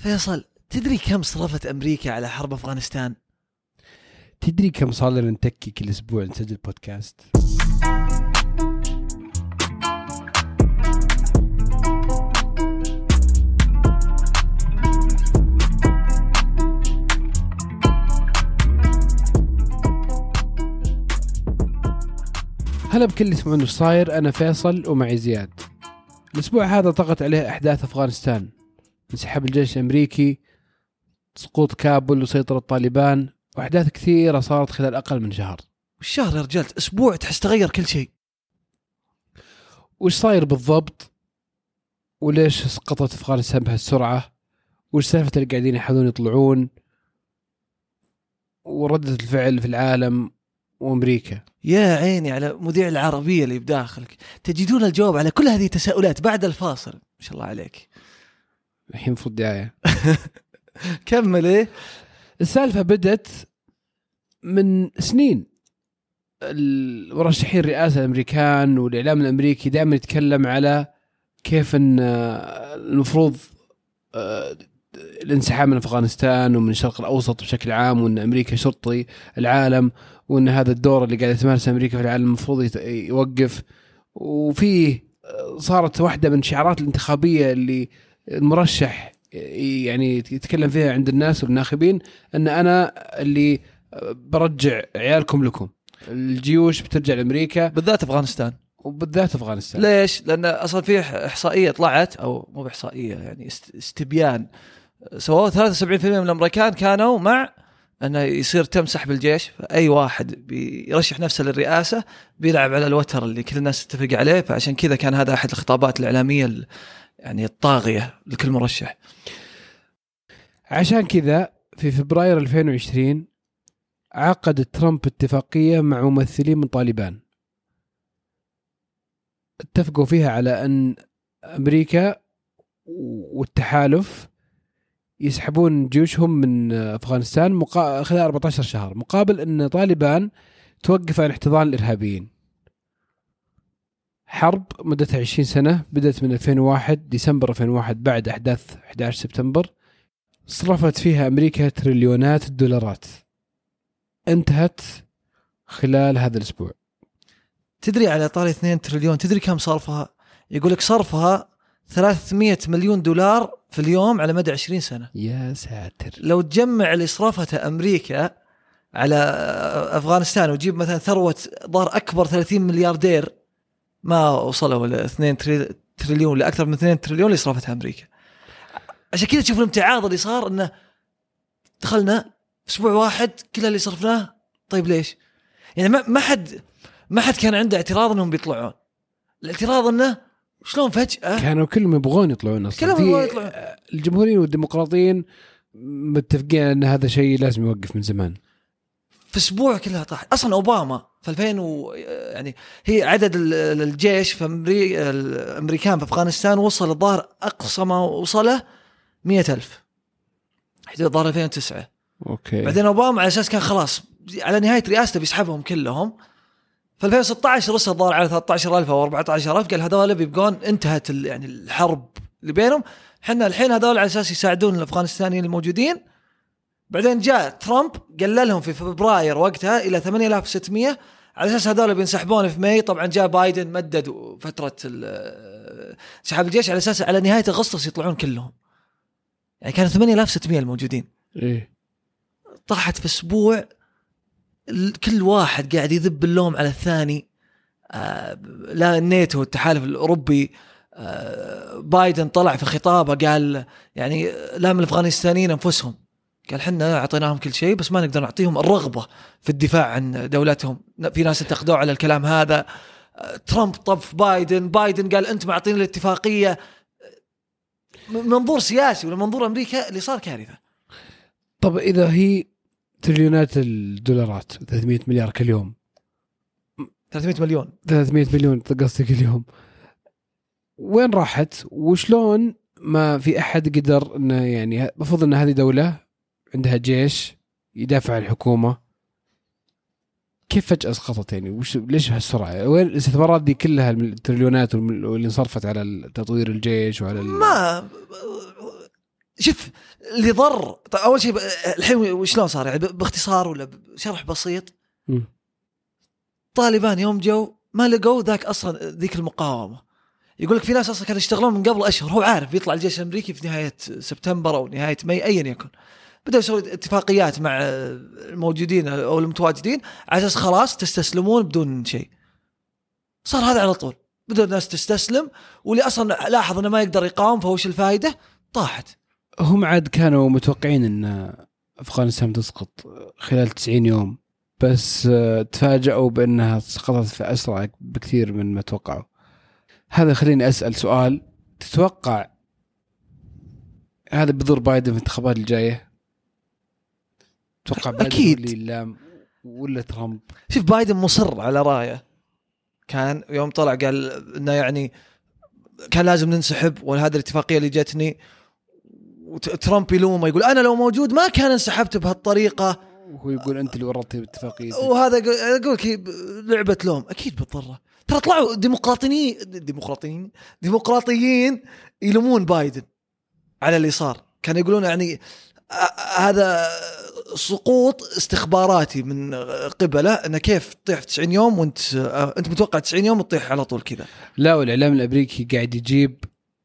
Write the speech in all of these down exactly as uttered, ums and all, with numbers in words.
فيصل، تدري كم صرفت أمريكا على حرب أفغانستان؟ تدري كم صار لنا نتكي كل أسبوع نسجل بودكاست؟ هلا بكل اللي يسمعون وش صاير. أنا فيصل ومعي زياد. الأسبوع هذا طغت عليه أحداث أفغانستان، انسحاب الجيش الأمريكي، سقوط كابول وسيطرة الطالبان، وأحداث كثيرة صارت خلال أقل من شهر. والشهر يا رجال أسبوع تحس تغير كل شيء. وش صاير بالضبط؟ وليش سقطت أفغانستان بهالسرعة؟ وش سالفة اللي قاعدين يحاولون يطلعون؟ وردة الفعل في العالم وأمريكا. يا عيني على مذيع العربية اللي بداخلك، تجدون الجواب على كل هذه التساؤلات بعد الفاصل. ما شاء الله عليك. الحين في الدعاية. كمل. إيه السالفة بدت من سنين. المرشحين الرئاسة الأمريكان والإعلام الأمريكي دائما يتكلم على كيف أن المفروض الانسحاب من أفغانستان ومن الشرق الأوسط بشكل عام، وأن أمريكا شرطي العالم، وأن هذا الدور اللي قاعد يتمارس أمريكا في العالم المفروض يوقف. وفيه صارت واحدة من شعارات الانتخابية اللي المرشح يعني يتكلم فيها عند الناس والناخبين، أن أنا اللي برجع عيالكم لكم، الجيوش بترجع لأمريكا، بالذات أفغانستان. وبالذات أفغانستان. ليش؟ لأن أصلا في إحصائية طلعت، أو مو بإحصائية يعني استبيان، سواء ثلاثة وسبعين بالمئة من الأمريكان كانوا مع أنه يصير تم سحب الجيش. أي واحد بيرشح نفسه للرئاسة بيلعب على الوتر اللي كل الناس تتفق عليه. فعشان كذا كان هذا أحد الخطابات الإعلامية يعني الطاغية لكل مرشح. عشان كذا في فبراير ألفين وعشرين عقد ترامب اتفاقية مع ممثلين من طالبان، اتفقوا فيها على أن أمريكا والتحالف يسحبون جيوشهم من أفغانستان مقا... خلال أربعة عشر شهر، مقابل أن طالبان توقف عن احتضان الإرهابيين. حرب مدتها عشرين سنة، بدأت من ألفين وواحد ديسمبر ألفين وواحد بعد أحداث أحد عشر سبتمبر، صرفت فيها أمريكا تريليونات الدولارات، انتهت خلال هذا الأسبوع. تدري على طاري اثنين تريليون، تدري كم صرفها؟ يقولك صرفها ثلاثمئة مليون دولار في اليوم على مدى عشرين سنة. يا ساتر. لو تجمع اللي صرفته أمريكا على أفغانستان وتجيب مثلا ثروة ضار أكبر ثلاثين ملياردير، ما وصلوا ولا اثنين تريليون، لأكثر من اثنين تريليون اللي صرفتها أمريكا. عشان كذا تشوف الامتعاض اللي صار، إنه دخلنا أسبوع واحد كل اللي صرفناه. طيب ليش؟ يعني ما ما حد ما حد كان عنده اعتراض إنهم بيطلعون. الاعتراض إنه شلون فجأة كانوا كلهم يبغون يطلعون أصلاً. في الجمهوريين والديمقراطيين متفقين أن هذا شيء لازم يوقف من زمان. في أسبوع كلها طاح. أصلاً أوباما في ألفين و يعني هي عدد الجيش في أمريكا الأمريكان في أفغانستان وصل الظاهر أقصى ما وصله مئة ألف حتى الظاهر ألفين وتسعة. أوكي. بعدين أوباما على أساس كان خلاص على نهاية رئاسته بيسحبهم كلهم. في ألفين وستة عشر رسل الظاهر على ثلاثة عشر ألف أو أربعة عشر ألف، قال هذول بيبقون انتهت يعني الحرب اللي بينهم، حنا الحين هذول على أساس يساعدون الأفغانستانيين الموجودين. بعدين جاء ترامب قللهم في فبراير وقتها إلى ثمانية آلاف وستمئة على أساس هذول بينسحبون في ماي. طبعا جاء بايدن مدد فترة سحب الجيش على أساس على نهاية أغسطس يطلعون كلهم. يعني كانوا ثمانية آلاف وستمئة الموجودين. إيه. طاحت في أسبوع، كل واحد قاعد يذب اللوم على الثاني. آه لا الناتو والتحالف الأوروبي، آه بايدن طلع في خطابه قال يعني لا من الأفغانستانيين أنفسهم، قال حنا أعطيناهم كل شيء بس ما نقدر نعطيهم الرغبة في الدفاع عن دولتهم. في ناس انتقدوا على الكلام هذا. آه ترامب طف بايدن، بايدن قال أنت معطين الاتفاقية. منظور سياسي ولا منظور أمريكا اللي صار كارثة. طب إذا هي تريليونات الدولارات ثلاثمئة مليار كل يوم، ثلاثمئة مليون ثلاثمئة مليون قصدي كل يوم، وين راحت؟ وشلون ما في أحد قدر إنه يعني بفضل إن هذه دولة عندها جيش يدافع عن الحكومة، كيف فجأة سقطت؟ يعني وش ليش هالسرعة؟ وين الاستثمارات دي كلها التريليونات واللي انصرفت على تطوير الجيش وعلى ما شوف اللي ضر طيب اول شيء الحين وشلون صار يعني باختصار ولا بشرح بسيط. م. طالبان يوم جو ما لقوا ذاك اصلا ذيك المقاومه. يقول لك في ناس اصلا كانوا يشتغلون من قبل اشهر، هو عارف بيطلع الجيش الامريكي في نهايه سبتمبر او نهايه ماي ايا يكن، بدأوا يسوون اتفاقيات مع الموجودين او المتواجدين على اساس خلاص تستسلمون بدون شيء. صار هذا على طول، بدأ الناس تستسلم، واللي اصلا لاحظ انه ما يقدر يقاوم فوش الفائده طاحت. هم عاد كانوا متوقعين ان افغانستان تسقط خلال تسعين يوم، بس تفاجأوا بانها سقطت في اسرع بكثير من ما توقعوا. هذا خليني اسال سؤال، تتوقع هذا بضر بايدن في الانتخابات الجايه؟ تتوقع بايدن أكيد. اللي اللام ولا ترامب؟ شوف بايدن مصر على رايه، كان يوم طلع قال انه يعني كان لازم ننسحب وهذا الاتفاقيه اللي جتني، وترامب يلومه يقول انا لو موجود ما كان انسحبت بهالطريقه، وهو يقول انت اللي ورطتي بالاتفاقيه. وهذا يقول لك لعبه لوم. اكيد بتضره، ترى طلعوا ديمقراطيين ديمقراطيين ديمقراطيين يلومون بايدن على اللي صار، كانوا يقولون يعني هذا سقوط استخباراتي من قبله، انه كيف تطيح في تسعين يوم وانت انت متوقع تسعين يوم تطيح على طول كذا. لا، والاعلام الامريكي قاعد يجيب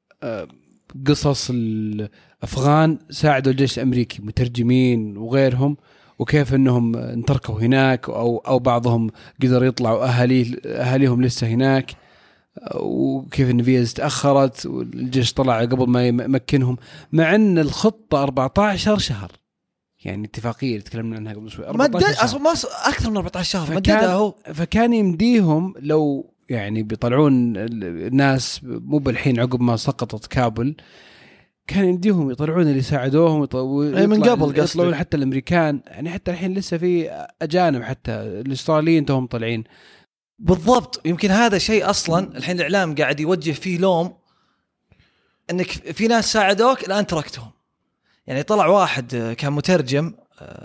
قصص الافغان ساعدوا الجيش الامريكي، مترجمين وغيرهم، وكيف انهم انتركوا هناك او او بعضهم قدروا يطلعوا اهالي اهاليهم لسه هناك، وكيف النفيز تاخرت والجيش طلع قبل ما يمكنهم، مع ان الخطه أربعة عشر شهر، يعني اتفاقيه اللي تكلمنا عنها قبل شوي مدد اصلا ما اكثر من أربعة عشر شهر مددها هو. فكان يمديهم لو يعني بيطلعون الناس مو بالحين عقب ما سقطت كابل، كان يمديهم يطلعون اللي ساعدوهم ويطلع من قبل يطلعون حتى الامريكان، يعني حتى الحين لسه في اجانب، حتى الاستراليين توهم طالعين. بالضبط، يمكن هذا شيء اصلا الحين الاعلام قاعد يوجه فيه لوم، انك في ناس ساعدوك الان تركتهم. يعني طلع واحد كان مترجم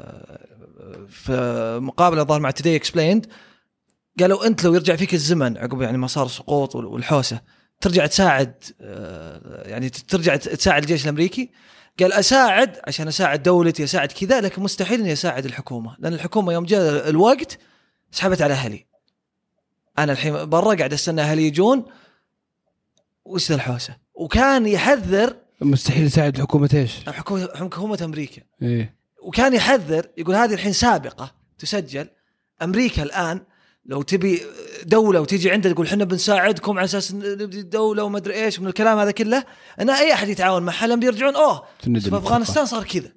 في مقابله ظهر مع توداي اكسبليند، قالوا انت لو يرجع فيك الزمن عقب يعني ما صار سقوط والحوسه ترجع تساعد، يعني ترجع تساعد الجيش الامريكي؟ قال اساعد عشان اساعد دولتي، اساعد كذا، لكن مستحيل اني اساعد الحكومه، لان الحكومه يوم جاء الوقت سحبت على اهلي. انا الحين برا قاعد استنى اهلي يجون، وش ذا الحوسه. وكان يحذر مستحيل يساعد الحكومه ايش؟ حكومه حكومه امريكا. إيه؟ وكان يحذر يقول هذه الحين سابقه تسجل، امريكا الان لو تبي دولة وتيجي عندها تقول حنا بنساعدكم على أساس نبدي الدولة وما أدري إيش من الكلام هذا كله، أنا أي أحد يتعاون معها لما بيرجعون أوه في أفغانستان صار كذا،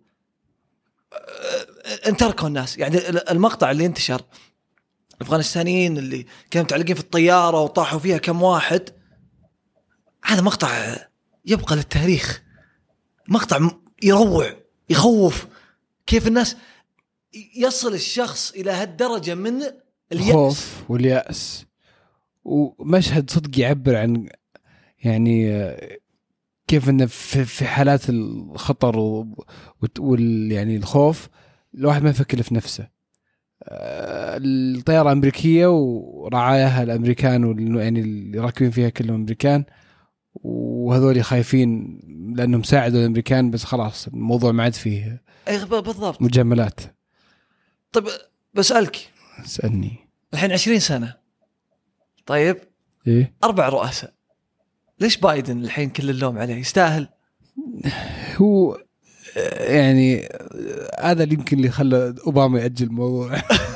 انتركوا الناس. يعني المقطع اللي انتشر الأفغانستانيين اللي كانوا متعلقين في الطيارة وطاحوا فيها كم واحد، هذا مقطع يبقى للتاريخ، مقطع يروع يخوف. كيف الناس يصل الشخص إلى هالدرجة من الخوف واليأس، ومشهد صدق يعبر عن يعني كيف انه في حالات الخطر وال يعني الخوف الواحد ما يفكر في نفسه. الطيارة أمريكية ورعاياها الأمريكان، يعني اللي راكبين فيها كلهم أمريكان، وهذول خايفين لأنهم ساعدوا الأمريكان، بس خلاص الموضوع ما عاد فيه بالضبط مجاملات. طيب بسألك، اسألني. الحين عشرين سنة، طيب إيه؟ أربع رؤساء، ليش بايدن الحين كل اللوم عليه؟ يستاهل؟ هو يعني هذا اللي يمكن اللي خلى أوباما يأجل الموضوع.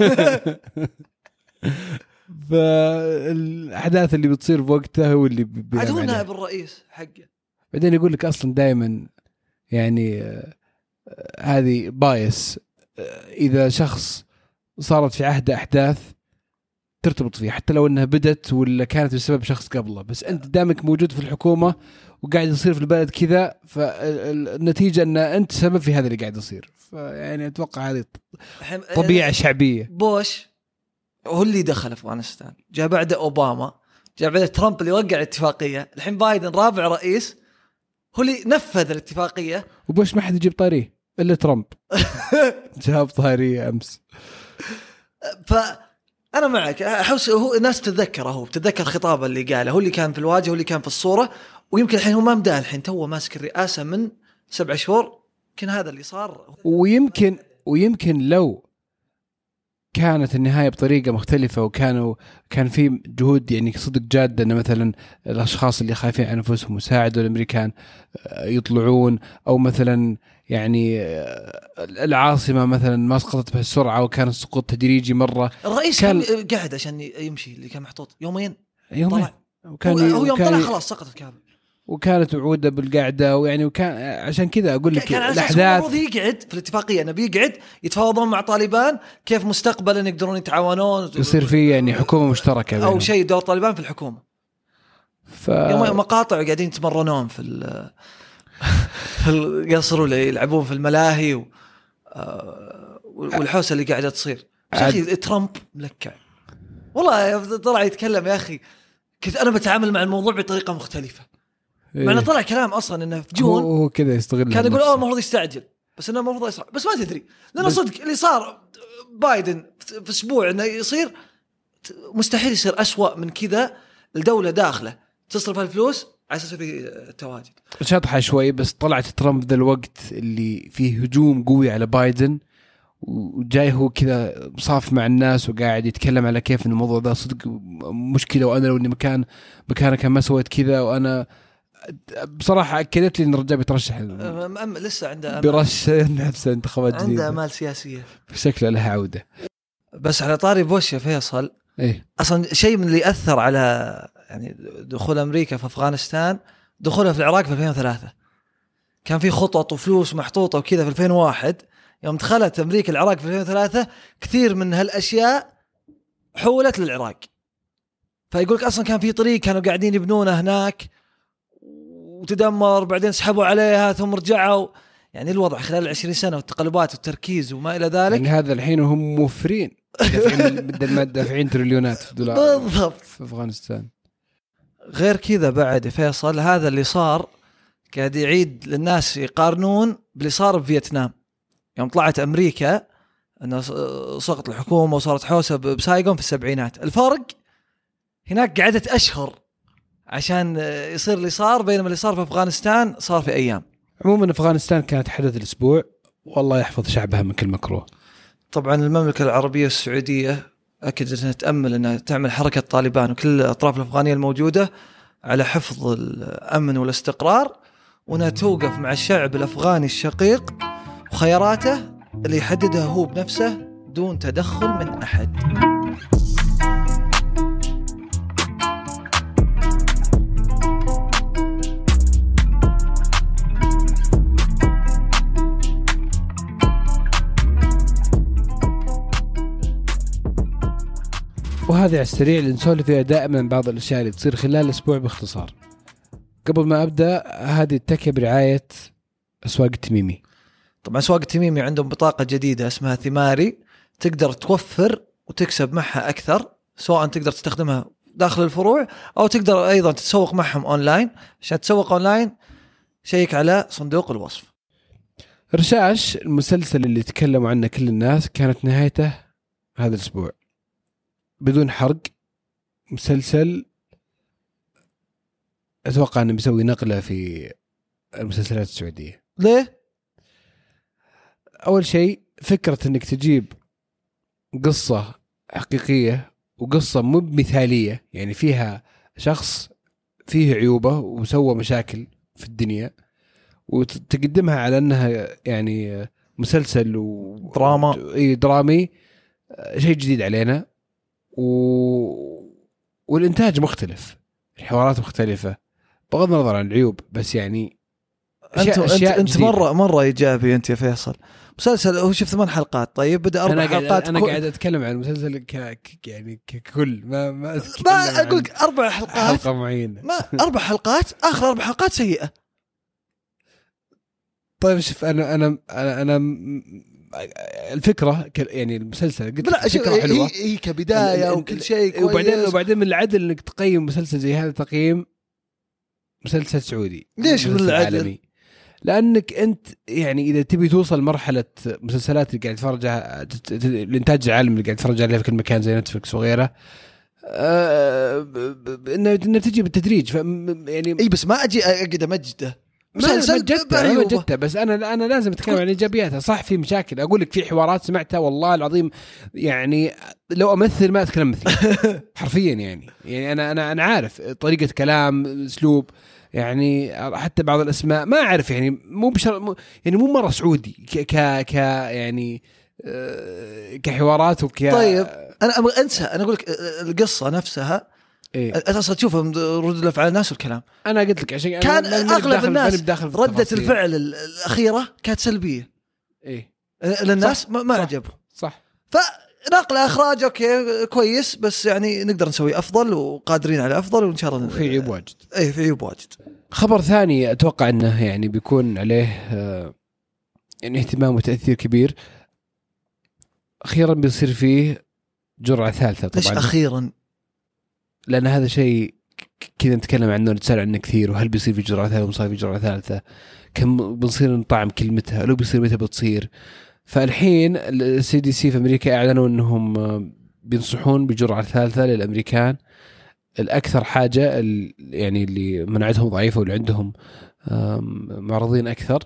فالأحداث اللي بتصير بوقتها هو اللي عدو نائب الرئيس حقه. بعدين يقول لك أصلا دائما يعني هذه بايس، إذا شخص صارت في عهد أحداث ترتبط فيه، حتى لو أنها بدت ولا كانت بسبب شخص قبله، بس أنت دامك موجود في الحكومة وقاعد يصير في البلد كذا، فالنتيجة أن أنت سبب في هذا اللي قاعد يصير. فيعني أتوقع هذه طبيعة شعبية. بوش هو اللي دخل أفغانستان، جاء بعد أوباما، جاء بعد ترامب اللي وقع الاتفاقية، الحين بايدن رابع رئيس هو اللي نفذ الاتفاقية. وبوش ما حد يجيب طاريه إلا ترامب. جاب طاريه أمس. فأنا معك، أحس هو الناس تتذكره، هو تتذكر خطابه اللي قاله، هو اللي كان في الواجهة، هو اللي كان في الصورة، ويمكن الحين هو ما مداه، الحين توه ماسك الرئاسة من سبع شهور كان هذا اللي صار. ويمكن ويمكن لو كانت النهاية بطريقة مختلفة وكانوا كان في جهود يعني صدق جادة أن مثلا الأشخاص اللي خايفين عن أنفسهم وساعدوا الأمريكان يطلعون، أو مثلا يعني العاصمة مثلا ما سقطت بهالسرعة وكان السقوط تدريجي مرة. الرئيس كان قاعد عشان يمشي اللي كان محطوط يومين يومين طلع. وكان هو, هو يوم طلع خلاص سقط الكابل، وكانت وعوده بالقعده، ويعني وكان عشان كذا اقول لك الاحداث المفروض يقعد في الاتفاقيه انه بيقعد يتفاوضون مع طالبان كيف مستقبلا يقدرون يتعاونون، يصير في يعني حكومه مشتركه بينهم. او شيء دور طالبان في الحكومه. ف يوم مقاطع قاعدين يتمرنون في ال في القصر ولا يلعبون في الملاهي و... والحوسه اللي قاعده تصير. يا اخي ترامب ملكع والله، طلع يتكلم يا اخي كنت انا بتعامل مع الموضوع بطريقه مختلفه. إيه. مع انه طلع كلام اصلا انه في جون هو كذا يستغل، كان يقول اه المفروض يستعجل، بس انه المفروض يسرع، بس ما تدري لانه صدق اللي صار بايدن في اسبوع انه يصير مستحيل يصير أسوأ من كذا. الدوله داخله تصرف الفلوس على اساس في تواجد شطحه شوي، بس طلعت ترامب ذا الوقت اللي فيه هجوم قوي على بايدن، وجاي هو كذا صاف مع الناس وقاعد يتكلم على كيف إن الموضوع ده صدق مشكلة، وأنا لو إني مكان مكانه كان ما سويت كذا. وأنا بصراحة أكدت لي إن الرجال بيترشح أم لسه عنده برش نفسه انتخابات جديدة، عنده أمال سياسية بشكل لها عودة. بس على طاري بوش يا فيصل، إيه؟ أصلا شيء من اللي أثر على يعني دخول أمريكا في أفغانستان دخولها في العراق في ألفين وثلاثة. كان في خطط وفلوس محطوطة وكذا في ألفين وواحد. يوم دخلت أمريكا العراق في ألفين وثلاثة كثير من هالأشياء حولت للعراق. فيقولك أصلا كان في طريق كانوا قاعدين يبنونه هناك وتدمر، بعدين سحبوا عليها ثم رجعوا. يعني الوضع خلال العشرين سنة والتقلبات والتركيز وما إلى ذلك. يعني هذا الحين هم موفرين بدل ما دافعين تريليونات في دولار بالضبط في أفغانستان. غير كذا بعد فيصل هذا اللي صار قاعد يعيد للناس يقارنون باللي صار بفيتنام. يوم طلعت أمريكا أنه سقط الحكومة وصارت حوسة بسايغون في السبعينات، الفرق هناك قعدت أشهر عشان يصير اللي صار، بينما اللي صار في أفغانستان صار في أيام. عموما أفغانستان كانت حدث الأسبوع، والله يحفظ شعبها من كل مكروه. طبعا المملكة العربية السعودية أكدت أنها تأمل أنها تعمل حركة طالبان وكل الأطراف الأفغانية الموجودة على حفظ الأمن والاستقرار، وأنها توقف مع الشعب الأفغاني الشقيق وخياراته اللي يحددها هو بنفسه دون تدخل من أحد. وهذا على السريع اللي نسولف فيها دائما بعض الأشياء اللي تصير خلال الأسبوع باختصار. قبل ما أبدأ، هذه التكة برعاية أسواق التميمي. طبعا أسواق التميمي عندهم بطاقة جديدة اسمها ثماري، تقدر توفر وتكسب معها أكثر، سواء تقدر تستخدمها داخل الفروع أو تقدر أيضا تتسوق معهم أونلاين. عشان تسوق أونلاين شيك على صندوق الوصف. رشاش، المسلسل اللي تكلموا عنه كل الناس، كانت نهايته هذا الأسبوع بدون حرق. مسلسل أتوقع أنه بيسوي نقلة في المسلسلات السعودية. ليه؟ أول شيء فكرة أنك تجيب قصة حقيقية وقصة مو مثالية، يعني فيها شخص فيه عيوبة وسوى مشاكل في الدنيا، وتقدمها على أنها يعني مسلسل ودراما درامي، شيء جديد علينا. و... والإنتاج مختلف، الحوارات مختلفة بغض النظر عن العيوب، بس يعني أنت أنت, أنت مرة مرة إيجابي أنت يا فيصل. مسلسل هو شوف ثمان حلقات، طيب بدأ أربع أنا حلقات. قاعد أنا كل... قاعد أتكلم عن المسلسل ك... يعني ككل ما ما, ما أقول أربع حلقات حلقة معينة، ما أربع حلقات آخر أربع حلقات سيئة. طيب شوف أنا أنا أنا, أنا الفكرة يعني المسلسل قلت لا فكرة حلوة، هي, هي كبداية وكل شيء كويس، وبعدين وبعدين من العدل إنك تقيم مسلسل زي هذا تقييم مسلسل سعودي. ليش من العدل؟ عالمي. لأنك أنت يعني إذا تبي توصل مرحلة مسلسلات اللي قاعد تفرجها الإنتاج العالمي اللي قاعد تفرج عليها في كل مكان زي نتفلكس وغيره، آه إنه إنه تجي بالتدريج. ف يعني إيه بس ما أجي أقعد أمجده مسلسل جدة جدة بس أنا أنا لازم أتكلم عن إيجابياتها. صح في مشاكل، أقول لك في حوارات سمعتها والله العظيم يعني لو أمثل ما أتكلم مثلي حرفيا يعني يعني أنا أنا أنا عارف طريقة كلام أسلوب يعني حتى بعض الأسماء ما أعرف يعني مو بشر يعني مو مرة سعودي ك ك ك يعني كحوارات وك. طيب أنا أبغى أنسى أنا أقول لك القصة نفسها إيه؟ أصلا تشوفها رد الأفعال الناس والكلام. أنا قلت لك عشان كان أغلب الناس ردة الفعل الأخيرة كانت سلبية إيه للناس ما, ما عجبهم. صح. فنقل إخراج أوكي كويس بس يعني نقدر نسوي أفضل وقادرين على أفضل وإن شاء الله. في عيوب واجد. إيه في عيوب واجد. خبر ثاني أتوقع أنه يعني بيكون عليه يعني اهتمام وتأثير كبير. أخيرا بيصير فيه جرعة ثالثة. طبعا ليش أخيرا؟ لأن هذا شيء كذا نتكلم عنه نتسأل عنه كثير، وهل بيصير في جرعة ثالثة ومصير في جرعة ثالثة كم بنصير نطعم كلمتها لو بيصير متى بتصير. فالحين السي دي سي في أمريكا أعلنوا أنهم بينصحون بجرعة ثالثة للأمريكان الأكثر حاجة يعني اللي مناعتهم ضعيفة واللي عندهم معرضين أكثر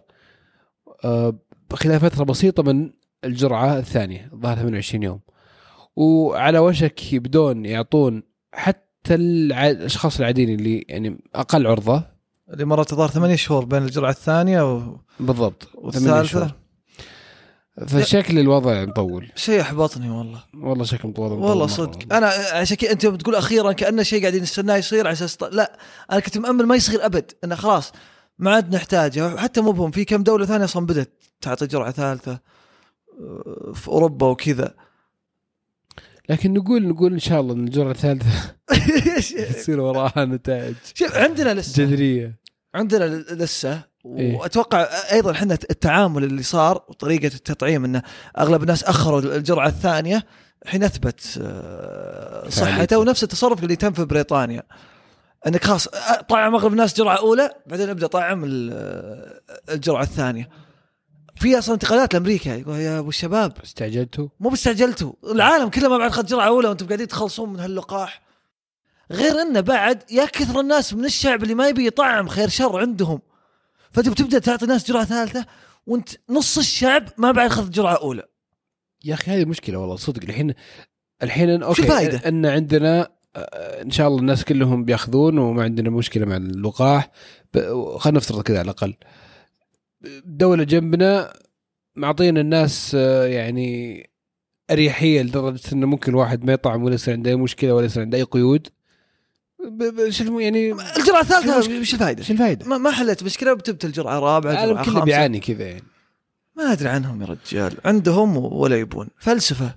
خلال فترة بسيطة من الجرعة الثانية ظهر ثمانية وعشرين يوم، وعلى وشك يبدون يعطون حتى الأشخاص العاديين اللي يعني أقل عرضة اللي مرت ظهر ثمانية شهور بين الجرعة الثانية و... بالضبط والثالثة. فشكل الوضع مطول. شيء أحبطني والله والله شكل مطول والله صدق. أنا عشان كذا أنت بتقول أخيرا كأنه شيء قاعدين نستناه يصير على أساس لا أنا كنت مأمل ما يصير أبد إنه خلاص ما عاد نحتاجه. حتى مو بهم في كم دولة ثانية أصلا بدت تعطي جرعة ثالثة في أوروبا وكذا، لكن نقول نقول إن شاء الله إن الجرعة الثالثة يصير وراها نتائج. شوف عندنا لسه جذرية عندنا لسه وأتوقع أيضا حنا التعامل اللي صار وطريقة التطعيم إنه أغلب الناس أخروا الجرعة الثانية حين أثبت صحته، ونفس التصرف اللي تم في بريطانيا انك خلاص طعم اغلب الناس جرعه اولى بعدين ابدا طعم الجرعه الثانيه. في اصلا انتقالات لامريكا يقول يا ابو الشباب استعجلتوا مو بستعجلتوا العالم كله ما بعد اخذ جرعه اولى وانتم قاعدين تخلصون من هاللقاح. غير انه بعد يا كثر الناس من الشعب اللي ما يبي يطعم خير شر عندهم، فانت بتبدا تعطي ناس جرعه ثالثه وانت نص الشعب ما بعد اخذ جرعه اولى. يا اخي هذه مشكله والله صدق. الحين الحين اوكي ان عندنا ان شاء الله الناس كلهم بياخذون وما عندنا مشكله مع اللقاح، خلينا نفترض كذا على الاقل. دوله جنبنا معطينا الناس يعني اريحيه لدرجه انه ممكن الواحد ما يطعم ولا يصير عنده اي مشكله ولا يصير عنده اي قيود. شو يعني الجرعه الثالثه وش الفائده؟ شو الفائده؟ ما حلت مشكله وبتبت الجرعه الرابعه العالم كله بيعاني كذا يعني. ما ادري عنهم يا رجال، عندهم ولا يبون فلسفه.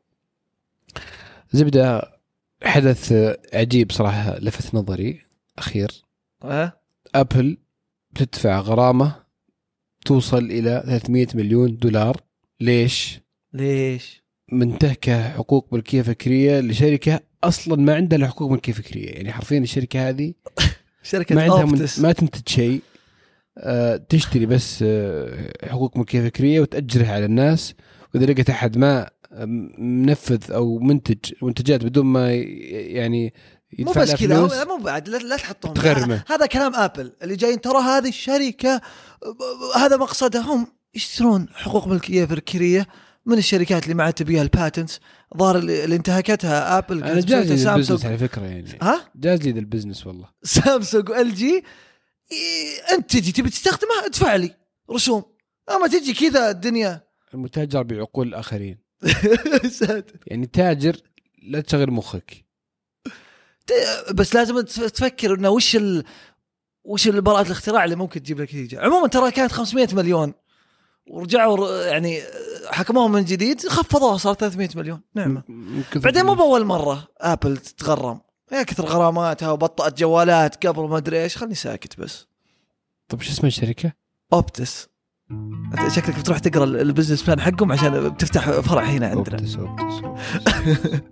زبده حدث عجيب صراحه لفت نظري اخير. أه؟ ابل بتدفع غرامه توصل الى ثلاثمية مليون دولار. ليش ليش منتهكه حقوق ملكيه فكريه لشركه اصلا ما عندها حقوق ملكيه فكريه؟ يعني حرفيا الشركه هذه شركه ما عندها من... ما تنتج شيء، أه تشتري بس أه حقوق ملكيه فكريه وتاجرها على الناس، واذا لقيت احد ما منفذ او منتج منتجات بدون ما يعني مو بس كذا مو بعد لا تحطهم تغرمه. هذا كلام ابل اللي جايين ترى هذه الشركه هذا مقصدهم يشترون حقوق ملكيه فكريه من الشركات اللي ما عاد تبيها الباتنتس. ظهر اللي انتهكتها ابل. انا جاز لي البزنس على فكره يعني. ها جاز لي البزنس والله. سامسونج وال جي انت تجي تبي تستخدمها ادفع لي رسوم، اما تجي كذا الدنيا. المتاجر بعقول الاخرين. يعني تاجر لا تشغل مخك، بس لازم تفكر انه وش ال... وش البراءة الاختراع اللي ممكن تجيب لك نتيجة. عموما ترى كانت خمسمية مليون ورجعوا يعني حكموهم من جديد خفضوها صارت ثلاثمية مليون. نعمة. بعدين مو بأول مرة آبل تتغرم، يا كثر غراماتها وبطأت جوالات قبل ما أدري إيش. خلني ساكت بس. طب شو اسم الشركة؟ أوبتس. شكلك بتروح تقرأ البزنس بلان حقهم عشان بتفتح فرع هنا عندنا. أوبتس أوبتس أوبتس.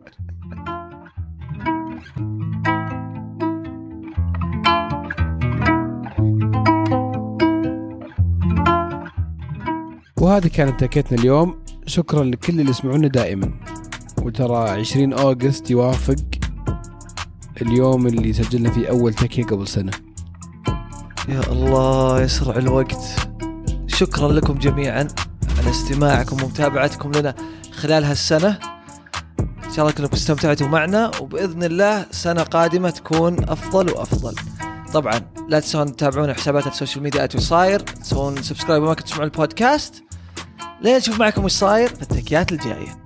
وهذه كانت تكتنا اليوم. شكرا لكل اللي يسمعونا دائما. وترى عشرين أغسطس يوافق اليوم اللي سجلنا فيه أول تكية قبل سنة. يا الله يسرع الوقت. شكرا لكم جميعا على استماعكم ومتابعتكم لنا خلال هالسنة. إن شاء الله كنتم استمتعتوا معنا، وبإذن الله سنة قادمة تكون أفضل وأفضل. طبعا لا تنسون تتابعون حساباتنا في السوشيال ميديا ات وش صاير، تسوون سبسكرايب وما كنتوا تسمعون البودكاست. لين نشوف معكم وش صاير في التكيات الجاية.